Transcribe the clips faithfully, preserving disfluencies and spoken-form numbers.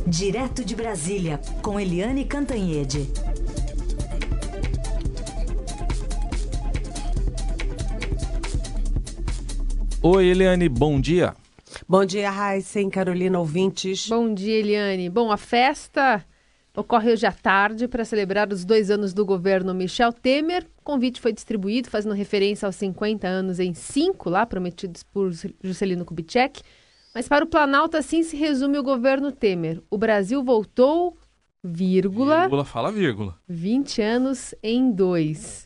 Direto de Brasília, com Eliane Cantanhede. Oi, Eliane, bom dia. Bom dia, Raíssa, Carolina, ouvintes. Bom dia, Eliane. Bom, a festa ocorre hoje à tarde para celebrar os dois anos do governo Michel Temer. O convite foi distribuído, fazendo referência aos cinquenta anos em cinco, lá prometidos por Juscelino Kubitschek. Mas para o Planalto, assim se resume o governo Temer. O Brasil voltou, vírgula... Vírgula, fala vírgula. vinte anos em dois.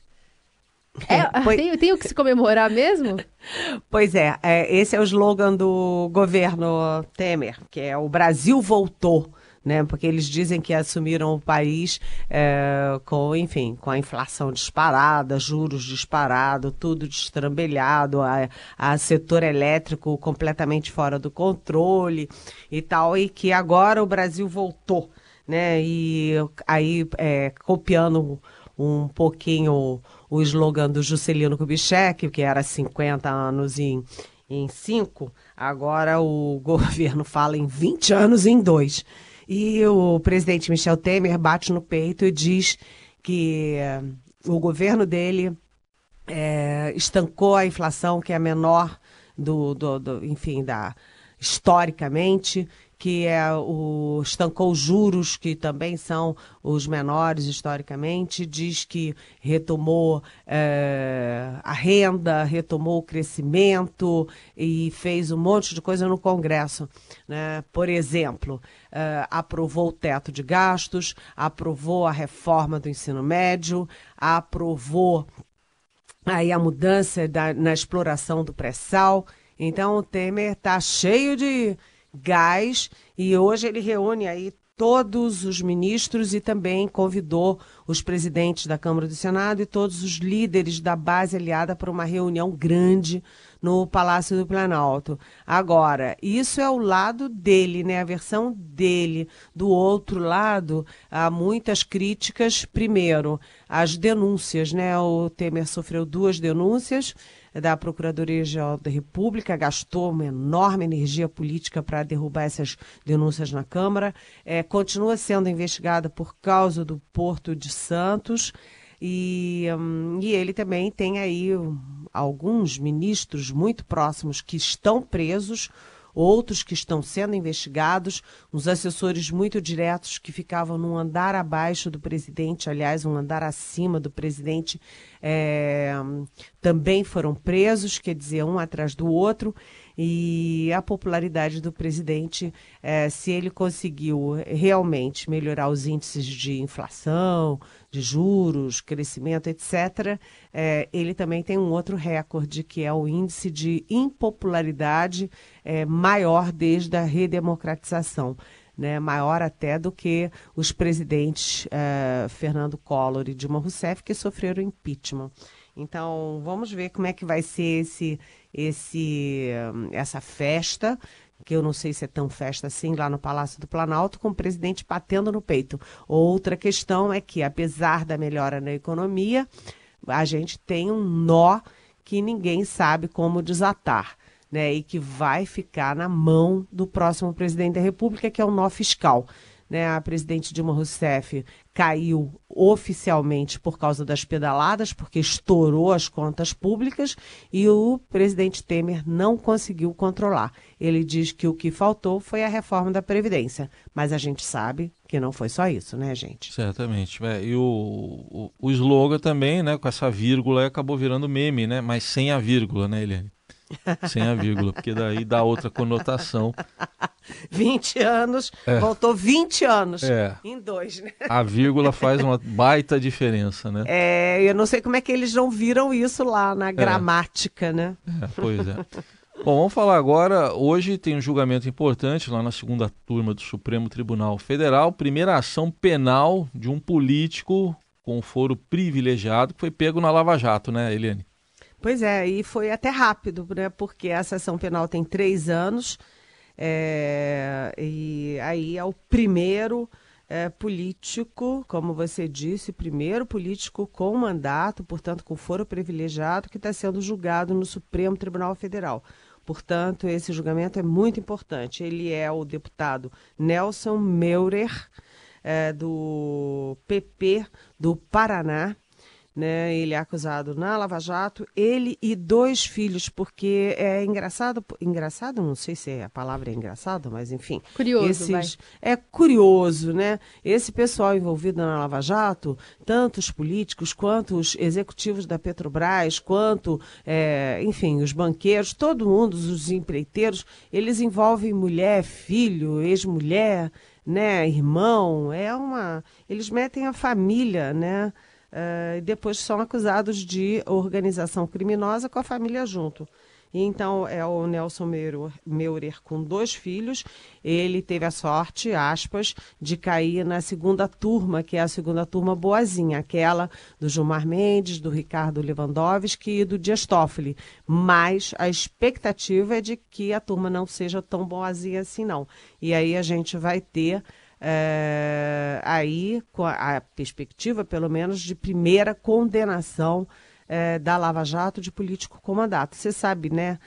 É, pois... tem, tem o que se comemorar mesmo? Pois é, é, esse é o slogan do governo Temer, que é o Brasil voltou, né? Porque eles dizem que assumiram o país é, com, enfim, com a inflação disparada, juros disparados, tudo destrambelhado, a, a setor elétrico completamente fora do controle e tal, e que agora o Brasil voltou, né? E aí, é, copiando um pouquinho o slogan do Juscelino Kubitschek, que era cinquenta anos em, em cinco, agora o governo fala em vinte anos em dois. E o presidente Michel Temer bate no peito e diz que eh, o governo dele eh, estancou a inflação, que é a menor do, do, do enfim, da, historicamente, que é o, estancou os juros, que também são os menores historicamente, diz que retomou é, a renda, retomou o crescimento e fez um monte de coisa no Congresso, né? Por exemplo, é, aprovou o teto de gastos, aprovou a reforma do ensino médio, aprovou aí a mudança da, na exploração do pré-sal. Então o Temer está cheio de gás e hoje ele reúne aí todos os ministros e também convidou os presidentes da Câmara e do Senado e todos os líderes da base aliada para uma reunião grande no Palácio do Planalto. Agora, isso é o lado dele, né? A versão dele. Do outro lado, há muitas críticas. Primeiro, as denúncias, né? O Temer sofreu duas denúncias da Procuradoria-Geral da República, gastou uma enorme energia política para derrubar essas denúncias na Câmara, é, continua sendo investigada por causa do Porto de Santos e, hum, e ele também tem aí um, alguns ministros muito próximos que estão presos, outros que estão sendo investigados, uns assessores muito diretos que ficavam num andar abaixo do presidente, aliás, um andar acima do presidente, é, também foram presos, quer dizer, um atrás do outro, e a popularidade do presidente, é, se ele conseguiu realmente melhorar os índices de inflação, de juros, crescimento, etcétera, é, ele também tem um outro recorde, que é o índice de impopularidade é, maior desde a redemocratização, né, maior até do que os presidentes é, Fernando Collor e Dilma Rousseff, que sofreram impeachment. Então, vamos ver como é que vai ser esse, esse, essa festa, que eu não sei se é tão festa assim, lá no Palácio do Planalto, com o presidente batendo no peito. Outra questão é que, apesar da melhora na economia, a gente tem um nó que ninguém sabe como desatar, né? E que vai ficar na mão do próximo presidente da República, que é o nó fiscal. Né, a presidente Dilma Rousseff caiu oficialmente por causa das pedaladas, porque estourou as contas públicas e o presidente Temer não conseguiu controlar. Ele diz que o que faltou foi a reforma da Previdência, mas a gente sabe que não foi só isso, né, gente? Certamente. É, e o, o, o slogan também, né, com essa vírgula, acabou virando meme, né, mas sem a vírgula, né, Eliane? Sem a vírgula, porque daí dá outra conotação. vinte anos, é. Voltou vinte anos é. em dois, né? A vírgula faz uma baita diferença, né? É, eu não sei como é que eles não viram isso lá na gramática, é. né? É, pois é. Bom, vamos falar agora, hoje tem um julgamento importante lá na segunda turma do Supremo Tribunal Federal, primeira ação penal de um político com foro privilegiado que foi pego na Lava Jato, né, Eliane? Pois é, e foi até rápido, né? Porque essa ação penal tem três anos, é, e aí é o primeiro é, político, como você disse, primeiro político com mandato, portanto com foro privilegiado, que está sendo julgado no Supremo Tribunal Federal. Portanto, esse julgamento é muito importante. Ele é o deputado Nelson Meurer, é, do P P do Paraná. Né, ele é acusado na Lava Jato, ele e dois filhos, porque é engraçado, engraçado, não sei se a palavra é engraçado, mas enfim. Curioso, esses, vai. É curioso, né? Esse pessoal envolvido na Lava Jato, tanto os políticos, quanto os executivos da Petrobras, quanto, é, enfim, os banqueiros, todo mundo, os empreiteiros, eles envolvem mulher, filho, ex-mulher, né, irmão, é uma... Eles metem a família, né? Uh, e depois são acusados de organização criminosa com a família junto. E então é o Nelson Meurer com dois filhos. Ele teve a sorte, aspas, de cair na segunda turma, que é a segunda turma boazinha, aquela do Gilmar Mendes, do Ricardo Lewandowski e do Dias Toffoli. Mas a expectativa é de que a turma não seja tão boazinha assim, não. E aí a gente vai ter... É, aí, com a, a perspectiva, pelo menos, de primeira condenação é, da Lava Jato de político com mandato. Você sabe, né,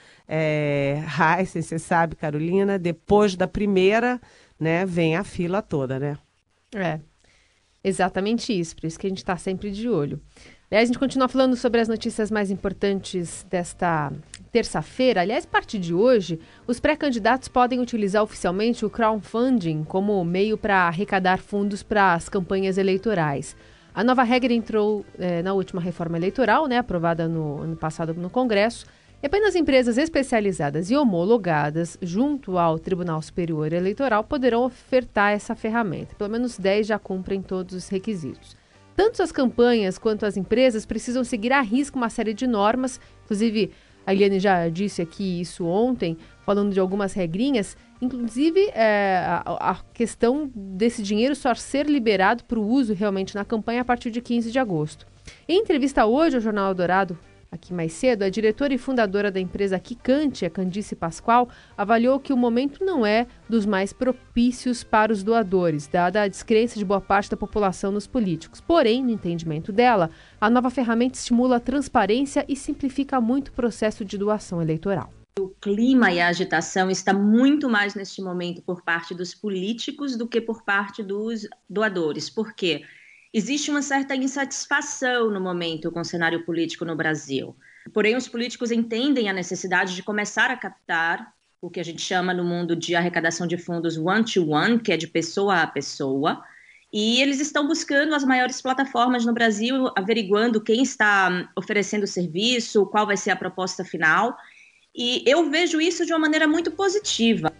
é, Heisen, você sabe, Carolina, depois da primeira, né, vem a fila toda, né? É, exatamente isso, por isso que a gente está sempre de olho. Aliás, a gente continua falando sobre as notícias mais importantes desta terça-feira. Aliás, a partir de hoje, os pré-candidatos podem utilizar oficialmente o crowdfunding como meio para arrecadar fundos para as campanhas eleitorais. A nova regra entrou eh, na última reforma eleitoral, né, aprovada no ano passado no Congresso, e apenas empresas especializadas e homologadas junto ao Tribunal Superior Eleitoral poderão ofertar essa ferramenta. Pelo menos dez já cumprem todos os requisitos. Tanto as campanhas quanto as empresas precisam seguir à risca uma série de normas, inclusive a Eliane já disse aqui isso ontem, falando de algumas regrinhas, inclusive é, a, a questão desse dinheiro só ser liberado para o uso realmente na campanha a partir de quinze de agosto. Em entrevista hoje ao Jornal Eldorado, aqui mais cedo, a diretora e fundadora da empresa Quicante, a Candice Pascoal, avaliou que o momento não é dos mais propícios para os doadores, dada a descrença de boa parte da população nos políticos. Porém, no entendimento dela, a nova ferramenta estimula a transparência e simplifica muito o processo de doação eleitoral. O clima e a agitação está muito mais neste momento por parte dos políticos do que por parte dos doadores. Por quê? Existe uma certa insatisfação no momento com o cenário político no Brasil. Porém, os políticos entendem a necessidade de começar a captar o que a gente chama no mundo de arrecadação de fundos one-to-one, que é de pessoa a pessoa, e eles estão buscando as maiores plataformas no Brasil, averiguando quem está oferecendo o serviço, qual vai ser a proposta final, e eu vejo isso de uma maneira muito positiva.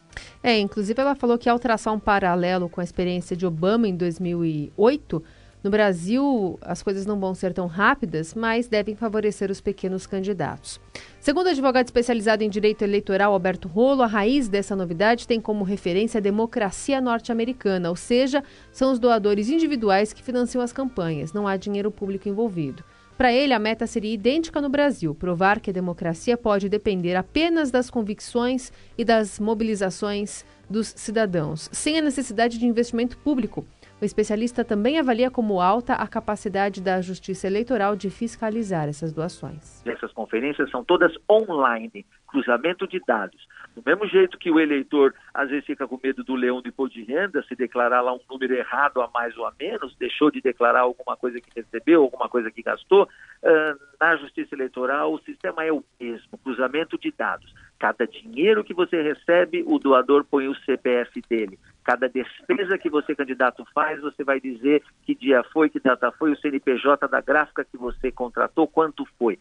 É, inclusive ela falou que ao traçar um paralelo com a experiência de Obama em dois mil e oito, no Brasil as coisas não vão ser tão rápidas, mas devem favorecer os pequenos candidatos. Segundo o advogado especializado em direito eleitoral Alberto Rolo, a raiz dessa novidade tem como referência a democracia norte-americana, ou seja, são os doadores individuais que financiam as campanhas, não há dinheiro público envolvido. Para ele, a meta seria idêntica no Brasil, provar que a democracia pode depender apenas das convicções e das mobilizações dos cidadãos, sem a necessidade de investimento público. O especialista também avalia como alta a capacidade da Justiça Eleitoral de fiscalizar essas doações. Essas conferências são todas online, cruzamento de dados. Do mesmo jeito que o eleitor às vezes fica com medo do leão do imposto de renda, se declarar lá um número errado a mais ou a menos, deixou de declarar alguma coisa que recebeu, alguma coisa que gastou, uh, na Justiça Eleitoral o sistema é o mesmo, cruzamento de dados. Cada dinheiro que você recebe, o doador põe o C P F dele. Cada despesa que você, candidato, faz, você vai dizer que dia foi, que data foi, o C N P J da gráfica que você contratou, quanto foi.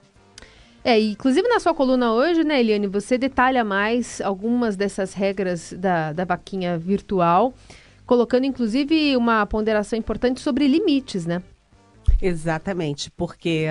É, inclusive na sua coluna hoje, né, Eliane, você detalha mais algumas dessas regras da, da vaquinha virtual, colocando inclusive uma ponderação importante sobre limites, né? Exatamente, porque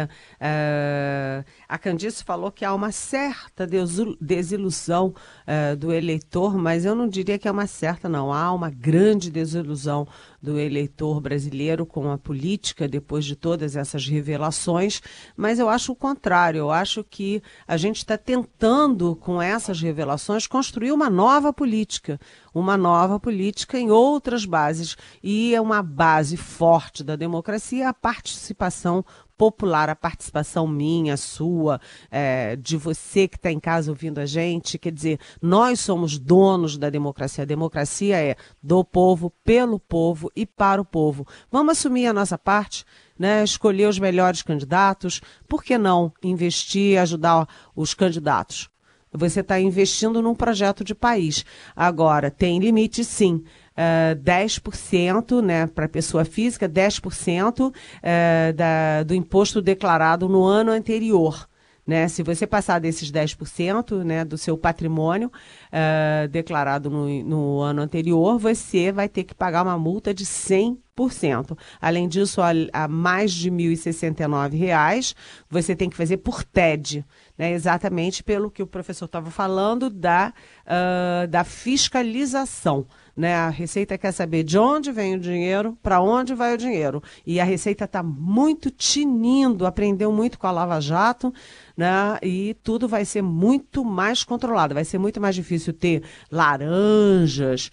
uh, a Candice falou que há uma certa desilusão uh, do eleitor, mas eu não diria que é uma certa, não. Há uma grande desilusão do eleitor brasileiro com a política depois de todas essas revelações, mas eu acho o contrário. Eu acho que a gente está tentando, com essas revelações, construir uma nova política, uma nova política em outras bases, e é uma base forte da democracia a participação popular, a participação minha, sua, é, de você que está em casa ouvindo a gente. Quer dizer, nós somos donos da democracia. A democracia é do povo, pelo povo e para o povo. Vamos assumir a nossa parte, né? Escolher os melhores candidatos. Por que não investir e ajudar os candidatos? Você está investindo num projeto de país. Agora, tem limite, sim. Uh, dez por cento, né, para pessoa física, dez por cento uh, da, do imposto declarado no ano anterior. Né? Se você passar desses dez por cento, né, do seu patrimônio uh, declarado no, no ano anterior, você vai ter que pagar uma multa de cem por cento. Além disso, a, a mais de mil e sessenta e nove reais, você tem que fazer por T E D, né? Exatamente pelo que o professor estava falando da, uh, da fiscalização. Né? A Receita quer saber de onde vem o dinheiro, para onde vai o dinheiro. E a Receita está muito tinindo, aprendeu muito com a Lava Jato, né? E tudo vai ser muito mais controlado. Vai ser muito mais difícil ter laranjas,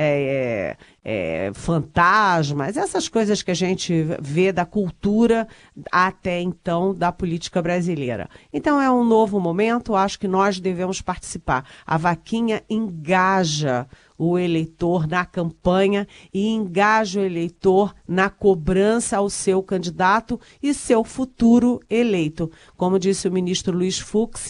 é, é, fantasmas, essas coisas que a gente vê da cultura até então da política brasileira. Então é um novo momento, acho que nós devemos participar. A vaquinha engaja o eleitor na campanha e engaja o eleitor na cobrança ao seu candidato e seu futuro eleito. Como disse o ministro Luiz Fux,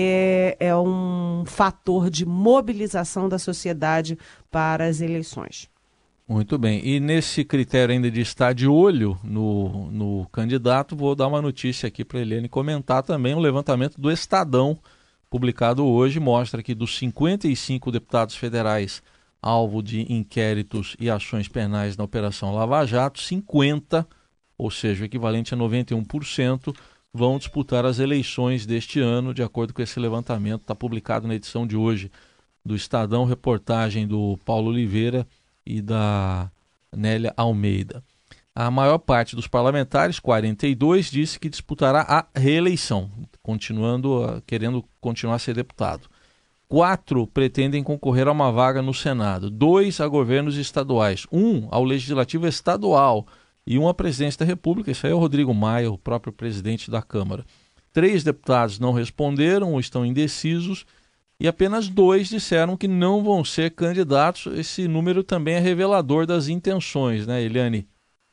é, é um fator de mobilização da sociedade para as eleições. Muito bem. E nesse critério ainda de estar de olho no, no candidato, vou dar uma notícia aqui para a Eliane comentar também. Um levantamento do Estadão, publicado hoje, mostra que dos cinquenta e cinco deputados federais alvo de inquéritos e ações penais na Operação Lava Jato, cinquenta, ou seja, o equivalente a noventa e um por cento, vão disputar as eleições deste ano, de acordo com esse levantamento. Está publicado na edição de hoje do Estadão, reportagem do Paulo Oliveira e da Nélia Almeida. A maior parte dos parlamentares, quarenta e dois, disse que disputará a reeleição, continuando a, querendo continuar a ser deputado. Quatro pretendem concorrer a uma vaga no Senado, dois a governos estaduais, um ao Legislativo Estadual e um à Presidência da República. Isso aí é o Rodrigo Maia, o próprio presidente da Câmara. Três deputados não responderam ou estão indecisos e apenas dois disseram que não vão ser candidatos. Esse número também é revelador das intenções, né, Eliane?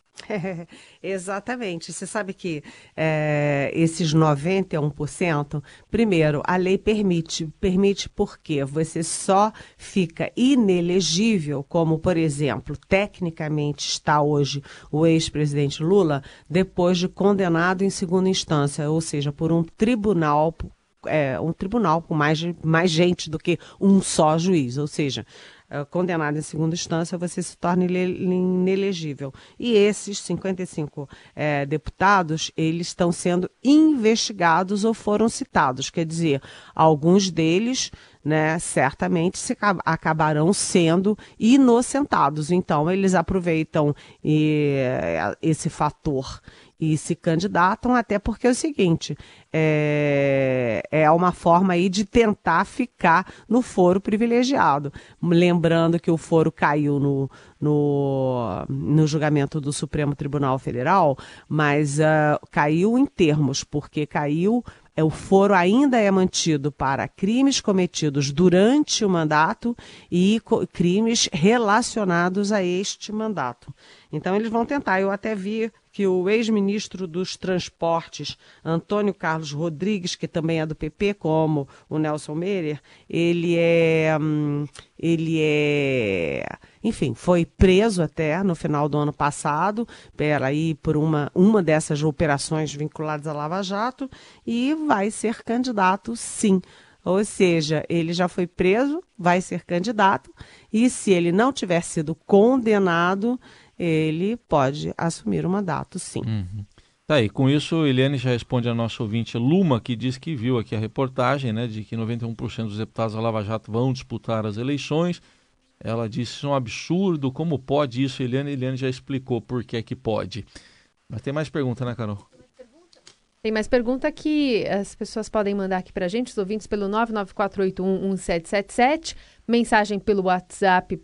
É, exatamente. Você sabe que é, esses noventa e um por cento, primeiro, a lei permite. Permite porque você só fica inelegível, como, por exemplo, tecnicamente está hoje o ex-presidente Lula, depois de condenado em segunda instância, ou seja, por um tribunal, é, um tribunal com mais, mais gente do que um só juiz, ou seja, condenado em segunda instância, você se torna inelegível. E esses cinquenta e cinco é, deputados, eles estão sendo investigados ou foram citados. Quer dizer, alguns deles, né, certamente se, acabarão sendo inocentados. Então, eles aproveitam e, esse fator e se candidatam, até porque é o seguinte, é, é uma forma aí de tentar ficar no foro privilegiado. Lembrando que o foro caiu no, no, no julgamento do Supremo Tribunal Federal, mas uh, caiu em termos, porque caiu... O foro ainda é mantido para crimes cometidos durante o mandato e crimes relacionados a este mandato. Então, eles vão tentar. Eu até vi que o ex-ministro dos Transportes, Antônio Carlos Rodrigues, que também é do P P, como o Nelson Meyer, ele é... Ele é... Enfim, foi preso até no final do ano passado, peraí, por uma, uma dessas operações vinculadas à Lava Jato, e vai ser candidato, sim. Ou seja, ele já foi preso, vai ser candidato, e se ele não tiver sido condenado, ele pode assumir o mandato, sim. Uhum. Tá aí, com isso, Eliane já responde a nossa ouvinte Luma, que diz que viu aqui a reportagem, né, de que noventa e um por cento dos deputados da Lava Jato vão disputar as eleições. Ela disse, isso é um absurdo, como pode isso, Eliane? Eliane já explicou por que é que pode. Mas tem mais pergunta, né, Carol? Tem mais pergunta que as pessoas podem mandar aqui para a gente, os ouvintes, pelo nove nove quatro oito um um sete sete sete, mensagem pelo WhatsApp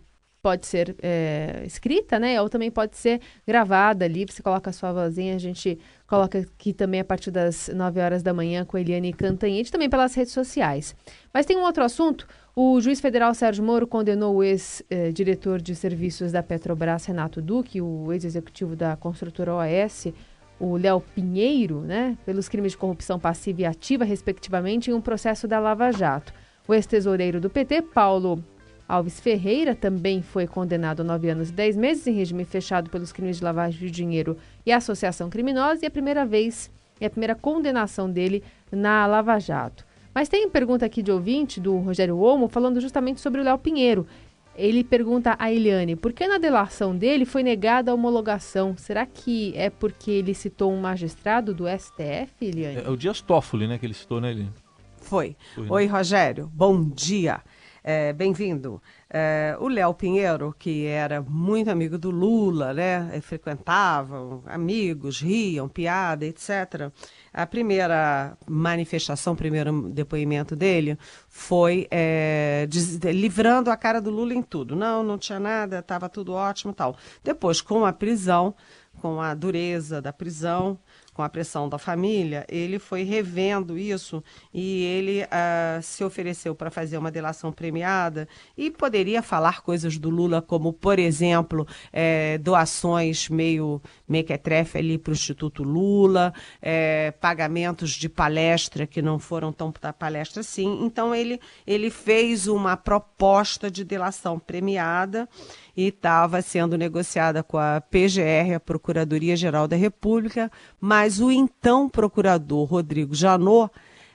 pode ser é, escrita, né? Ou também pode ser gravada ali, você coloca a sua vozinha, a gente coloca aqui também a partir das nove horas da manhã com a Eliane Cantanhede, também pelas redes sociais. Mas tem um outro assunto, o juiz federal Sérgio Moro condenou o ex-diretor de serviços da Petrobras, Renato Duque, o ex-executivo da construtora O A S, o Léo Pinheiro, né, pelos crimes de corrupção passiva e ativa, respectivamente, em um processo da Lava Jato. O ex-tesoureiro do P T, Paulo Alves Ferreira, também foi condenado a nove anos e dez meses em regime fechado pelos crimes de lavagem de dinheiro e associação criminosa, e a primeira vez, é a primeira condenação dele na Lava Jato. Mas tem pergunta aqui de ouvinte, do Rogério Olmo, falando justamente sobre o Léo Pinheiro. Ele pergunta a Eliane, por que na delação dele foi negada a homologação? Será que é porque ele citou um magistrado do S T F, Eliane? É o Dias Toffoli, né, que ele citou, né, Eliane? Foi. Foi, né? Oi, Rogério. Bom dia. É, bem-vindo. É, o Léo Pinheiro, que era muito amigo do Lula, né? Frequentavam, amigos, riam, piada, etcétera. A primeira manifestação, o primeiro depoimento dele foi é, de, de, livrando a cara do Lula em tudo. Não, não tinha nada, estava tudo ótimo e tal. Depois, com a prisão, com a dureza da prisão, com a pressão da família, ele foi revendo isso e ele uh, se ofereceu para fazer uma delação premiada e poderia falar coisas do Lula, como, por exemplo, é, doações meio mequetrefe ali para o Instituto Lula, é, pagamentos de palestra que não foram tão da palestra assim. Então, ele, ele fez uma proposta de delação premiada e estava sendo negociada com a P G R, a Procuradoria-Geral da República, mas o então procurador Rodrigo Janot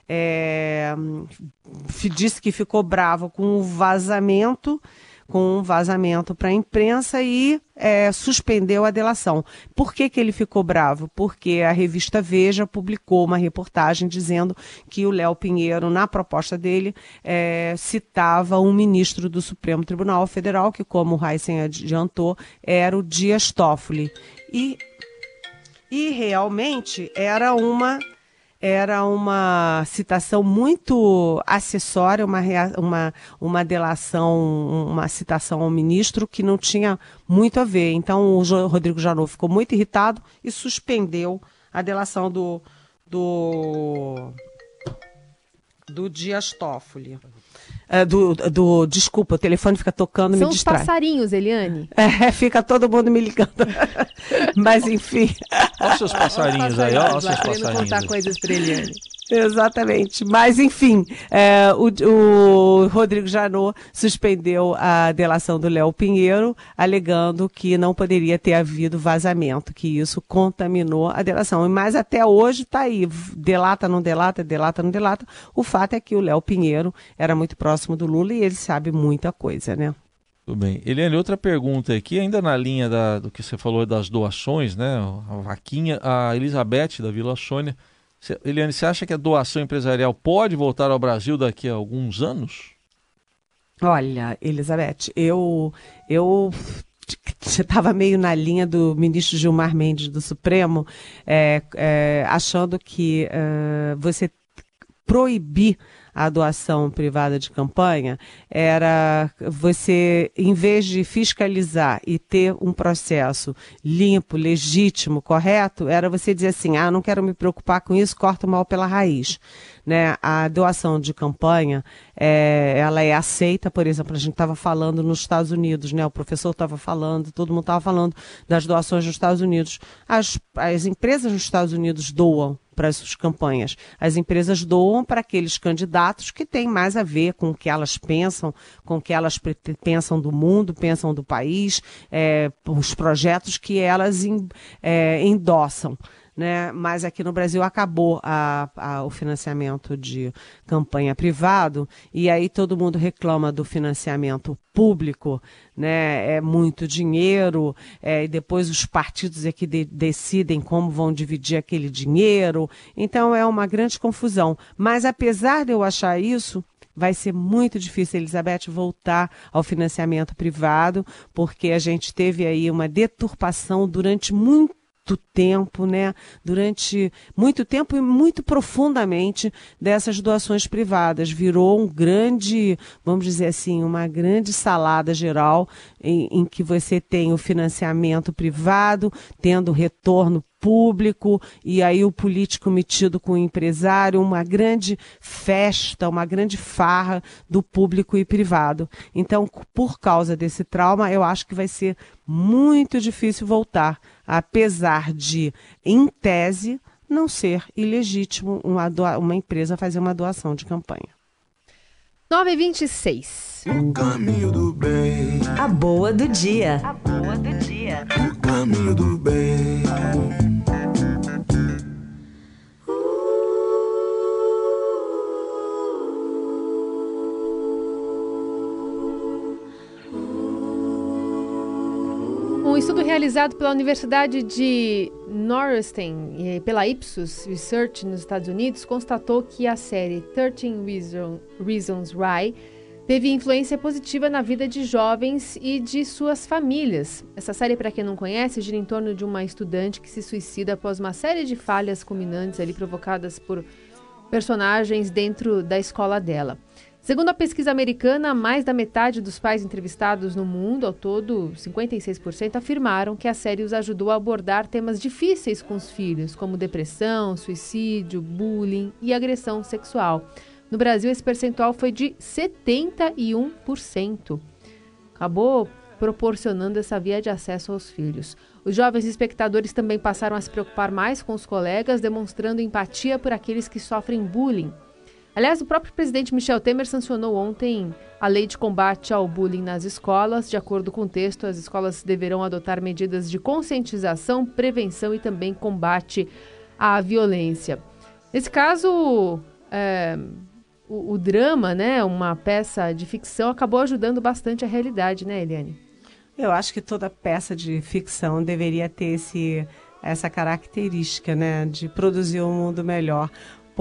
é, disse que ficou bravo com o vazamento, com um vazamento para a imprensa e é, suspendeu a delação. Por que que ele ficou bravo? Porque a revista Veja publicou uma reportagem dizendo que o Léo Pinheiro, na proposta dele, é, citava um ministro do Supremo Tribunal Federal, que, como o Heisen adiantou, era o Dias Toffoli. E, e realmente era uma... Era uma citação muito acessória, uma, uma, uma delação, uma citação ao ministro que não tinha muito a ver. Então, o Rodrigo Janot ficou muito irritado e suspendeu a delação do, do, do Dias Toffoli. Uh, do, do, desculpa, o telefone fica tocando e me distrai. São os passarinhos, Eliane. É, fica todo mundo me ligando. Mas, enfim. Olha os seus passarinhos aí, olha os seus lá, passarinhos. contar coisas para Eliane. Exatamente. Mas, enfim, é, o, o Rodrigo Janot suspendeu a delação do Léo Pinheiro, alegando que não poderia ter havido vazamento, que isso contaminou a delação. Mas até hoje está aí, delata, não delata, delata, não delata. O fato é que o Léo Pinheiro era muito próximo do Lula e ele sabe muita coisa, né? Tudo bem. Eliane, outra pergunta aqui, ainda na linha da, do que você falou das doações, né? A vaquinha, a Elizabeth da Vila Sônia. Eliane, você acha que a doação empresarial pode voltar ao Brasil daqui a alguns anos? Olha, Elizabeth, eu eu estava meio na linha do ministro Gilmar Mendes do Supremo, é, é, achando que é, você proibir a doação privada de campanha era você, em vez de fiscalizar e ter um processo limpo, legítimo, correto, era você dizer assim, ah, não quero me preocupar com isso, corta o mal pela raiz. Né? A doação de campanha, é, ela é aceita, por exemplo, a gente estava falando nos Estados Unidos, né? O professor estava falando, todo mundo estava falando das doações nos Estados Unidos. As, as empresas nos Estados Unidos doam para as suas campanhas. As empresas doam para aqueles candidatos que têm mais a ver com o que elas pensam, com o que elas pensam do mundo, pensam do país, é, os projetos que elas em, é, endossam. Né? Mas aqui no Brasil acabou a, a, o financiamento de campanha privado e aí todo mundo reclama do financiamento público, né? É muito dinheiro, é, e depois os partidos é que de, decidem como vão dividir aquele dinheiro, então é uma grande confusão. Mas apesar de eu achar isso, vai ser muito difícil, Elizabeth, voltar ao financiamento privado, porque a gente teve aí uma deturpação durante muito tempo, né? Durante muito tempo e muito profundamente dessas doações privadas. Virou um grande, vamos dizer assim, uma grande salada geral em, em que você tem o financiamento privado, tendo retorno público, e aí o político metido com o empresário, uma grande festa, uma grande farra do público e privado. Então, por causa desse trauma, eu acho que vai ser muito difícil voltar, apesar de, em tese, não ser ilegítimo uma, doa- uma empresa fazer uma doação de campanha. nove e vinte e seis. O caminho do bem, A boa do dia. o caminho do bem. Um estudo realizado pela Universidade de Northwestern e pela Ipsos Research nos Estados Unidos constatou que a série treze Reason- Reasons Why teve influência positiva na vida de jovens e de suas famílias. Essa série, para quem não conhece, gira em torno de uma estudante que se suicida após uma série de falhas culminantes ali provocadas por personagens dentro da escola dela. Segundo a pesquisa americana, mais da metade dos pais entrevistados no mundo, ao todo cinquenta e seis por cento, afirmaram que a série os ajudou a abordar temas difíceis com os filhos, como depressão, suicídio, bullying e agressão sexual. No Brasil, esse percentual foi de setenta e um por cento. Acabou proporcionando essa via de acesso aos filhos. Os jovens espectadores também passaram a se preocupar mais com os colegas, demonstrando empatia por aqueles que sofrem bullying. Aliás, o próprio presidente Michel Temer sancionou ontem a lei de combate ao bullying nas escolas. De acordo com o texto, as escolas deverão adotar medidas de conscientização, prevenção e também combate à violência. Nesse caso, é, o, o drama, né, uma peça de ficção, acabou ajudando bastante a realidade, né, Eliane? Eu acho que toda peça de ficção deveria ter esse, essa característica, né, de produzir um mundo melhor.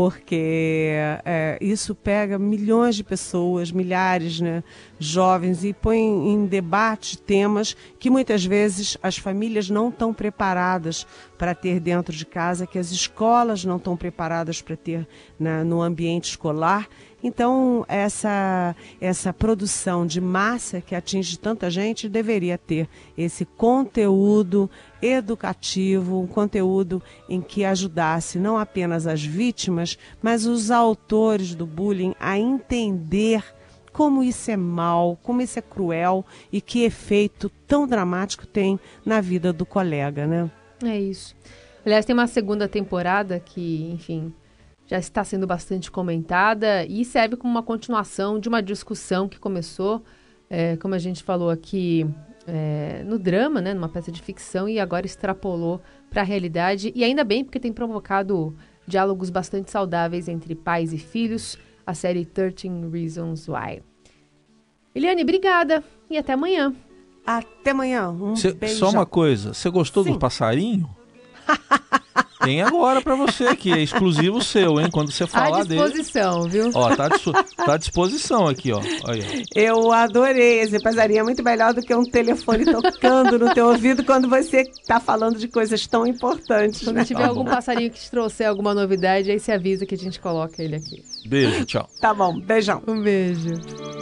Porque é, isso pega milhões de pessoas, milhares, né, jovens, e põe em debate temas que muitas vezes as famílias não estão preparadas para ter dentro de casa, que as escolas não estão preparadas para ter, né, no ambiente escolar. Então, essa, essa produção de massa que atinge tanta gente deveria ter esse conteúdo educativo, um conteúdo em que ajudasse não apenas as vítimas, mas os autores do bullying a entender como isso é mal, como isso é cruel e que efeito tão dramático tem na vida do colega, né? É isso. Aliás, tem uma segunda temporada que, enfim, já está sendo bastante comentada e serve como uma continuação de uma discussão que começou, é, como a gente falou aqui, é, no drama, né, numa peça de ficção, e agora extrapolou para a realidade. E ainda bem, porque tem provocado diálogos bastante saudáveis entre pais e filhos, a série treze Reasons Why. Eliane, obrigada e até amanhã. Até amanhã. Um Cê, beijo. só uma coisa, você gostou Sim. do passarinho? Tem agora pra você aqui, é exclusivo seu, hein? Quando você falar À dele. disposição, viu? Ó, tá, à dispo- tá à disposição aqui, ó. Aí, ó. Eu adorei. Esse passarinho é muito melhor do que um telefone tocando no teu ouvido quando você está falando de coisas tão importantes, Quando né? tiver Tá algum bom. passarinho que te trouxer alguma novidade, aí você avisa que a gente coloca ele aqui. Beijo, tchau. Tá bom, beijão. Um beijo.